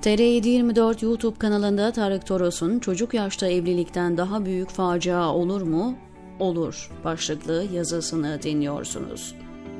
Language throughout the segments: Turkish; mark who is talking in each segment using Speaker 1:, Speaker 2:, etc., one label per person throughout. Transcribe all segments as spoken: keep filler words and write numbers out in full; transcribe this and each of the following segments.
Speaker 1: T R yedi yirmi dört YouTube kanalında Tarık Toros'un "Çocuk yaşta evlilikten daha büyük facia olur mu? Olur" başlıklı yazısını dinliyorsunuz.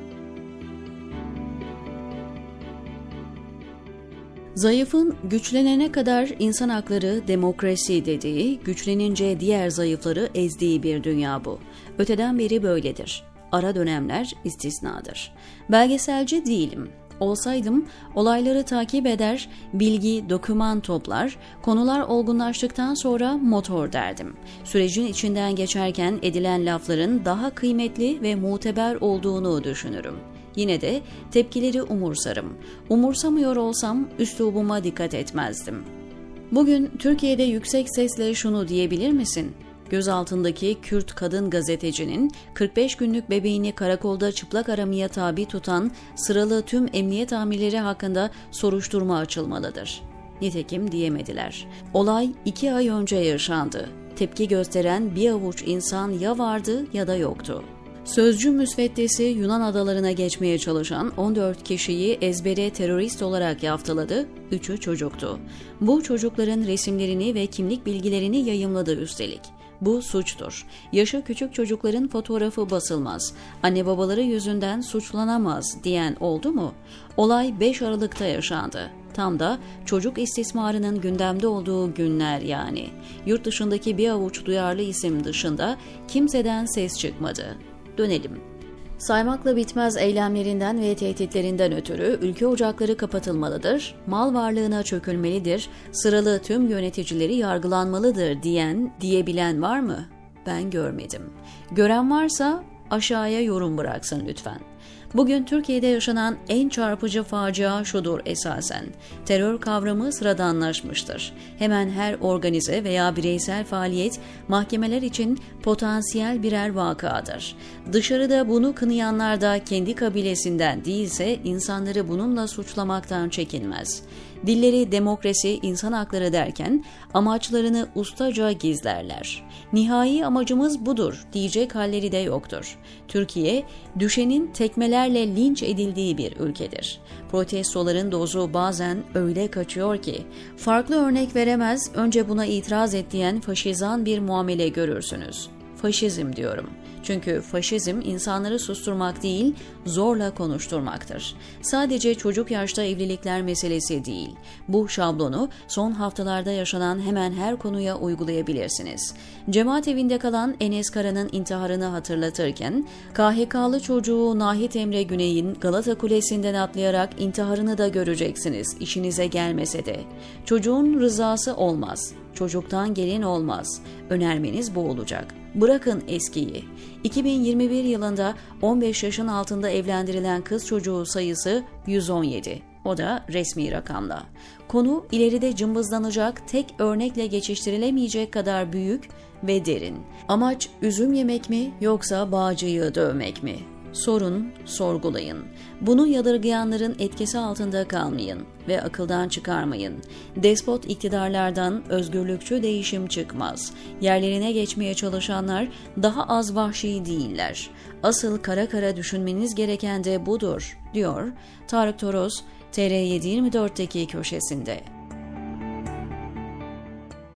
Speaker 1: Zayıfın güçlenene kadar insan hakları, demokrasi dediği, güçlenince diğer zayıfları ezdiği bir dünya bu. Öteden beri böyledir. Ara dönemler istisnadır. Belgeselci değilim. Olsaydım olayları takip eder, bilgi, doküman toplar, konular olgunlaştıktan sonra motor derdim. Sürecin içinden geçerken edilen lafların daha kıymetli ve muteber olduğunu düşünürüm. Yine de tepkileri umursarım. Umursamıyor olsam üslubuma dikkat etmezdim. Bugün Türkiye'de yüksek sesle şunu diyebilir misin? Gözaltındaki Kürt kadın gazetecinin kırk beş günlük bebeğini karakolda çıplak aramaya tabi tutan sıralı tüm emniyet amirleri hakkında soruşturma açılmalıdır. Nitekim diyemediler. Olay iki ay önce yaşandı. Tepki gösteren bir avuç insan ya vardı ya da yoktu. Sözcü müsveddesi Yunan adalarına geçmeye çalışan on dört kişiyi ezbere terörist olarak yaftaladı, üçü çocuktu. Bu çocukların resimlerini ve kimlik bilgilerini yayımladı üstelik. Bu suçtur. Yaşı küçük çocukların fotoğrafı basılmaz, anne babaları yüzünden suçlanamaz diyen oldu mu? Olay beş Aralık'ta yaşandı. Tam da çocuk istismarının gündemde olduğu günler yani. Yurt dışındaki bir avuç duyarlı isim dışında kimseden ses çıkmadı. Dönelim. Saymakla bitmez eylemlerinden ve tehditlerinden ötürü ülke ocakları kapatılmalıdır, mal varlığına çökülmelidir, sıralı tüm yöneticileri yargılanmalıdır diyen, diyebilen var mı? Ben görmedim. Gören varsa aşağıya yorum bıraksın lütfen. Bugün Türkiye'de yaşanan en çarpıcı facia şudur esasen. Terör kavramı sıradanlaşmıştır. Hemen her organize veya bireysel faaliyet mahkemeler için potansiyel birer vakadır. Dışarıda bunu kınayanlar da kendi kabilesinden değilse insanları bununla suçlamaktan çekinmez. Dilleri demokrasi, insan hakları derken amaçlarını ustaca gizlerler. Nihai amacımız budur diyecek halleri de yoktur. Türkiye, düşenin tekmelerle linç edildiği bir ülkedir. Protestoların dozu bazen öyle kaçıyor ki, farklı örnek veremez, önce buna itiraz et diyen faşizan bir muamele görürsünüz. Faşizm diyorum. Çünkü faşizm insanları susturmak değil, zorla konuşturmaktır. Sadece çocuk yaşta evlilikler meselesi değil. Bu şablonu son haftalarda yaşanan hemen her konuya uygulayabilirsiniz. Cemaat evinde kalan Enes Kara'nın intiharını hatırlatırken, K H K'lı çocuğu Nahit Emre Güney'in Galata Kulesi'nden atlayarak intiharını da göreceksiniz, işinize gelmese de. Çocuğun rızası olmaz. Çocuktan gelin olmaz. Önermeniz bu olacak. Bırakın eskiyi. iki bin yirmi bir yılında on beş yaşın altında evlendirilen kız çocuğu sayısı yüz on yedi. O da resmi rakamla. Konu ileride cımbızlanacak, tek örnekle geçiştirilemeyecek kadar büyük ve derin. Amaç üzüm yemek mi yoksa bağcıyı dövmek mi? Sorun, sorgulayın. Bunu yadırgayanların etkisi altında kalmayın ve akıldan çıkarmayın. Despot iktidarlardan özgürlükçü değişim çıkmaz. Yerlerine geçmeye çalışanlar daha az vahşi değiller. Asıl kara kara düşünmeniz gereken de budur, diyor Tarık Toros, T R yedi yirmi dörtteki köşesinde.